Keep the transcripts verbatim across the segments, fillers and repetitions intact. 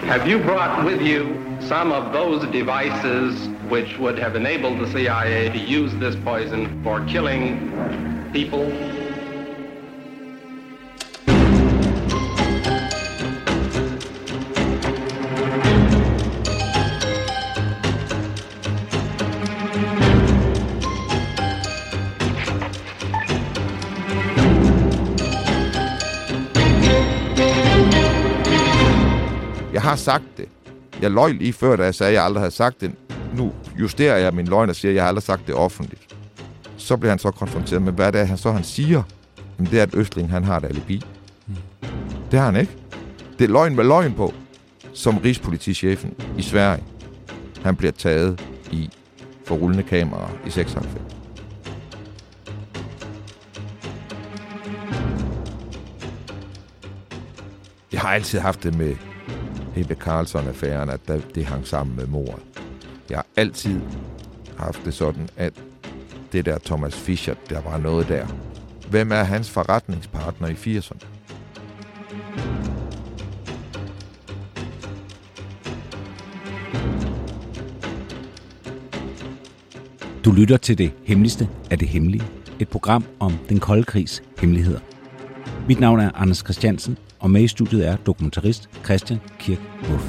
Have you brought with you some of those devices which would have enabled the C I A to use this poison for killing people? Jeg har sagt det. Jeg løj lige før, da jeg sagde, at jeg aldrig havde sagt det. Nu justerer jeg min løgn og siger, at jeg har aldrig sagt det offentligt. Så bliver han så konfronteret med, hvad det er, han så han siger. Men det er, at Östling, han har et alibi. Hmm. Det har han ikke. Det er løgn med løgn på, som rigspolitichefen i Sverige. Han bliver taget i for rullende kameraer i seksoghalvfems. Jeg har altid haft det med Ebbe Carlsson-affæren, at det hang sammen med mordet. Jeg har altid haft det sådan, at det der Thomas Fischer, der var noget der. Hvem er hans forretningspartner i firserne? Du lytter til Det Hemmeligste af det Hemmelige. Et program om den kolde krigs hemmeligheder. Mit navn er Anders Christiansen, og med i studiet er dokumentarist Christian Kirk Muff.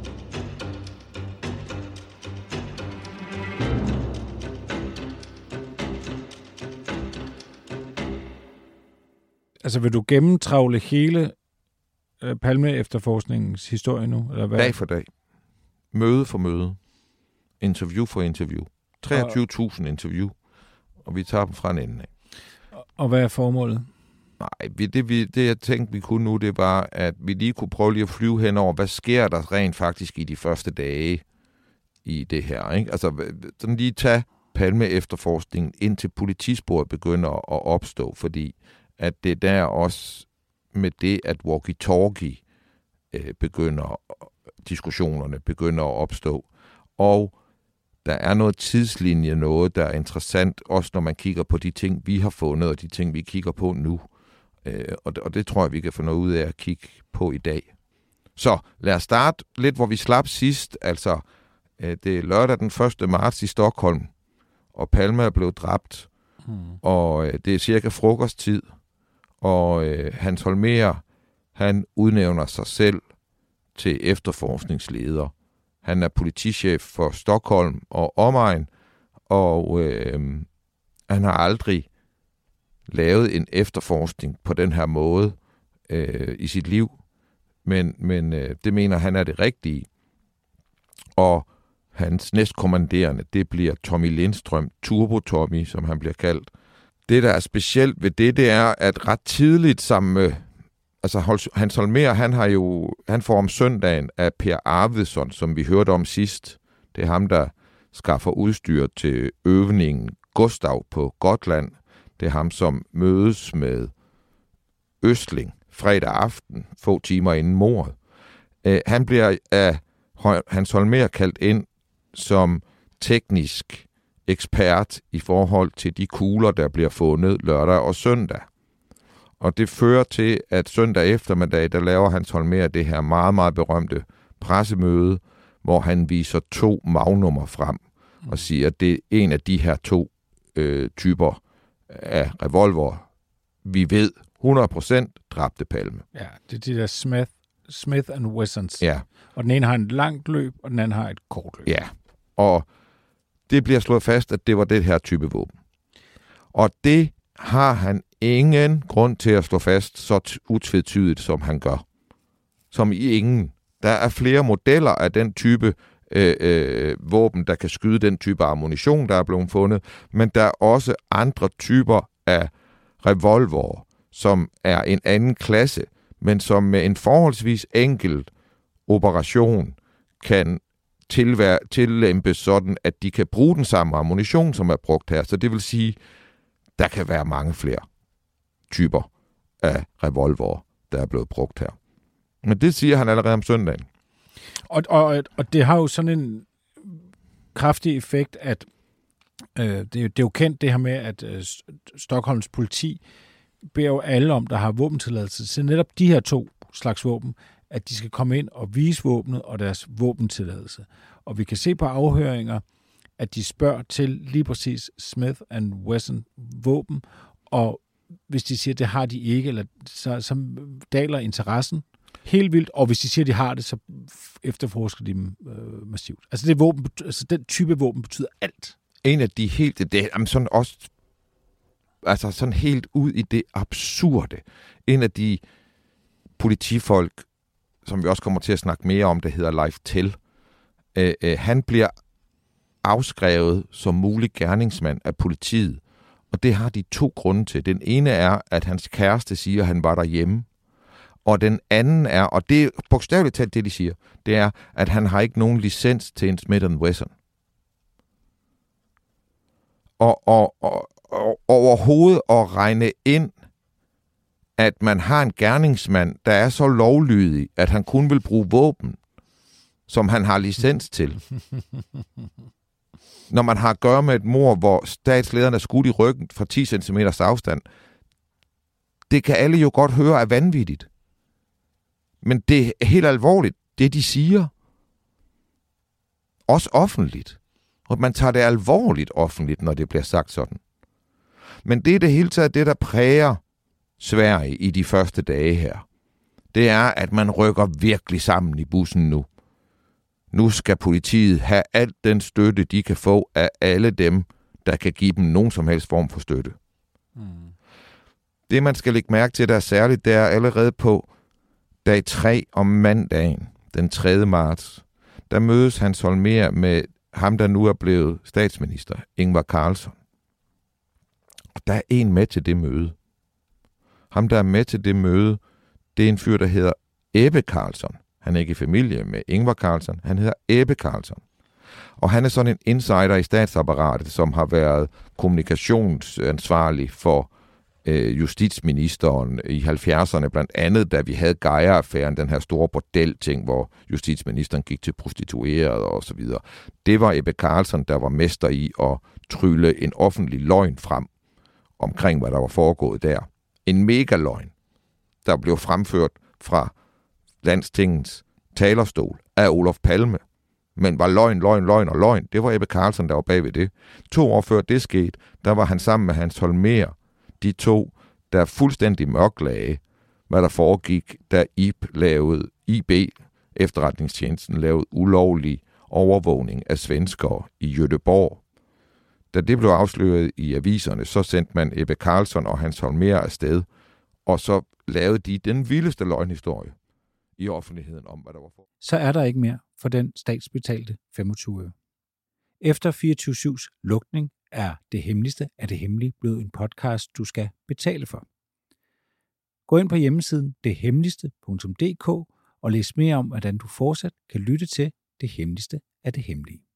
Altså, vil du gennemtravle hele øh, Palme-efterforskningens historie nu? Eller hvad? Dag for dag. Møde for møde. Interview for interview. treogtyve tusind interview, og vi tager dem fra en ende af. Og hvad er formålet? Nej, det, vi, det jeg tænkte, vi kunne nu, det var, at vi lige kunne prøve lige at flyve hen over, hvad sker der rent faktisk i de første dage i det her, ikke? Altså, sådan lige tage Palme-efterforskningen, indtil politisporet begynder at opstå, fordi at det der også med det, at walkie-talkie øh, begynder, diskussionerne begynder at opstå, og der er noget tidslinje, noget, der er interessant, også når man kigger på de ting, vi har fundet, og de ting, vi kigger på nu. Øh, og, det, og det tror jeg, vi kan få noget ud af at kigge på i dag. Så lad os starte lidt, hvor vi slap sidst. Altså, øh, det er lørdag den første marts i Stockholm, og Palme er blevet dræbt, hmm. og øh, det er cirka frokosttid, og øh, Hans Holmér, han udnævner sig selv til efterforskningsleder. Han er politichef for Stockholm og omegn, og øh, han har aldrig lavet en efterforskning på den her måde øh, i sit liv, men, men øh, det mener han er det rigtige. Og hans næstkommanderende, det bliver Tommy Lindstrøm, Turbo Tommy, som han bliver kaldt. Det, der er specielt ved det, det er, at ret tidligt sammen med Altså, Hans Holmér, han har jo, han får om søndagen af Per Arvidsson, som vi hørte om sidst. Det er ham, der skaffer udstyr til øvningen Gustav på Gotland. Det er ham, som mødes med Östling fredag aften, få timer inden mordet. Uh, han bliver af Hans Holmér kaldt ind som teknisk ekspert i forhold til de kugler, der bliver fundet lørdag og søndag. Og det fører til, at søndag eftermiddag, der laver Hans Holmér det her meget, meget berømte pressemøde, hvor han viser to magnummer frem og siger, at det er en af de her to øh, typer af revolver, vi ved hundrede procent dræbte Palme. Ja, det er de der Smith, Smith and Wessons. Ja. Og den ene har en langt løb, og den anden har et kort løb. Ja, og det bliver slået fast, at det var det her type våben. Og det har han ingen grund til at slå fast så utvetydigt, som han gør. Som i ingen. Der er flere modeller af den type øh, øh, våben, der kan skyde den type ammunition, der er blevet fundet, men der er også andre typer af revolver, som er en anden klasse, men som med en forholdsvis enkel operation kan tilvære, tillempes sådan, at de kan bruge den samme ammunition, som er brugt her. Så det vil sige, der kan være mange flere typer af revolver, der er blevet brugt her. Men det siger han allerede om søndagen. Og, og, og det har jo sådan en kraftig effekt, at øh, det, er jo, det er jo kendt det her med, at øh, Stockholms politi beder jo alle om, der har våbentilladelse til netop de her to slags våben, at de skal komme ind og vise våbnet og deres våbentilladelse. Og vi kan se på afhøringer, at de spørger til lige præcis Smith and Wesson våben, og hvis de siger, at det har de ikke, eller så, så daler interessen helt vildt, og hvis de siger, at de har det, så efterforsker de dem øh, massivt. Altså, det våben, altså den type våben betyder alt. En af de helt, det, det er sådan også, altså sådan helt ud i det absurde. En af de politifolk, som vi også kommer til at snakke mere om, det hedder Leif Tell, øh, øh, han bliver afskrevet som mulig gerningsmand af politiet. Og det har de to grunde til. Den ene er, at hans kæreste siger, at han var derhjemme. Og den anden er, og det er bogstaveligt talt det, de siger, det er, at han har ikke nogen licens til en Smith and Wesson. Og, og, og, og overhovedet at regne ind, at man har en gerningsmand, der er så lovlydig, at han kun vil bruge våben, som han har licens til. Når man har at gøre med et mord, hvor statslederen er skudt i ryggen fra ti centimeters afstand, det kan alle jo godt høre er vanvittigt. Men det er helt alvorligt, det de siger. Også offentligt. Og man tager det alvorligt offentligt, når det bliver sagt sådan. Men det er det hele taget det, der præger Sverige i de første dage her. Det er, at man rykker virkelig sammen i bussen nu. Nu skal politiet have alt den støtte, de kan få af alle dem, der kan give dem nogen som helst form for støtte. Mm. Det, man skal lægge mærke til, der er særligt, det er allerede på dag tre om mandagen, den tredje marts, der mødes Hans Holmér med ham, der nu er blevet statsminister, Ingvar Carlsson. Og der er en med til det møde. Ham, der er med til det møde, det er en fyr, der hedder Ebbe Carlsson. Han er ikke i familie med Ingvar Carlsson. Han hedder Ebbe Carlsson. Og han er sådan en insider i statsapparatet, som har været kommunikationsansvarlig for øh, justitsministeren i halvfjerdserne, blandt andet, da vi havde Geyer-affæren, den her store bordelting, hvor justitsministeren gik til prostituerede og så videre. Det var Ebbe Carlsson, der var mester i at trylle en offentlig løgn frem omkring, hvad der var foregået der. En megaløgn, der blev fremført fra Landstingets talerstol af Olof Palme, men var løgn, løgn, løgn og løgn. Det var Ebbe Carlsson, der var bag ved det. To år før det skete, der var han sammen med Hans Holmér, de to, der fuldstændig mørklagde, hvad der foregik, da I B lavede, I B, efterretningstjenesten, lavede ulovlig overvågning af svenskere i Göteborg. Da det blev afsløret i aviserne, så sendte man Ebbe Carlsson og Hans Holmér afsted, og så lavede de den vildeste løgnhistorie i offentligheden om, hvad der var for. Så er der ikke mere for den statsbetalte femogtyve øre. Efter fireogtyve syvs lukning er Det Hemmeligste af det Hemmelige blevet en podcast, du skal betale for. Gå ind på hjemmesiden det hemmeligste punktum d k og læs mere om, hvordan du fortsat kan lytte til Det Hemmeligste af det Hemmelige.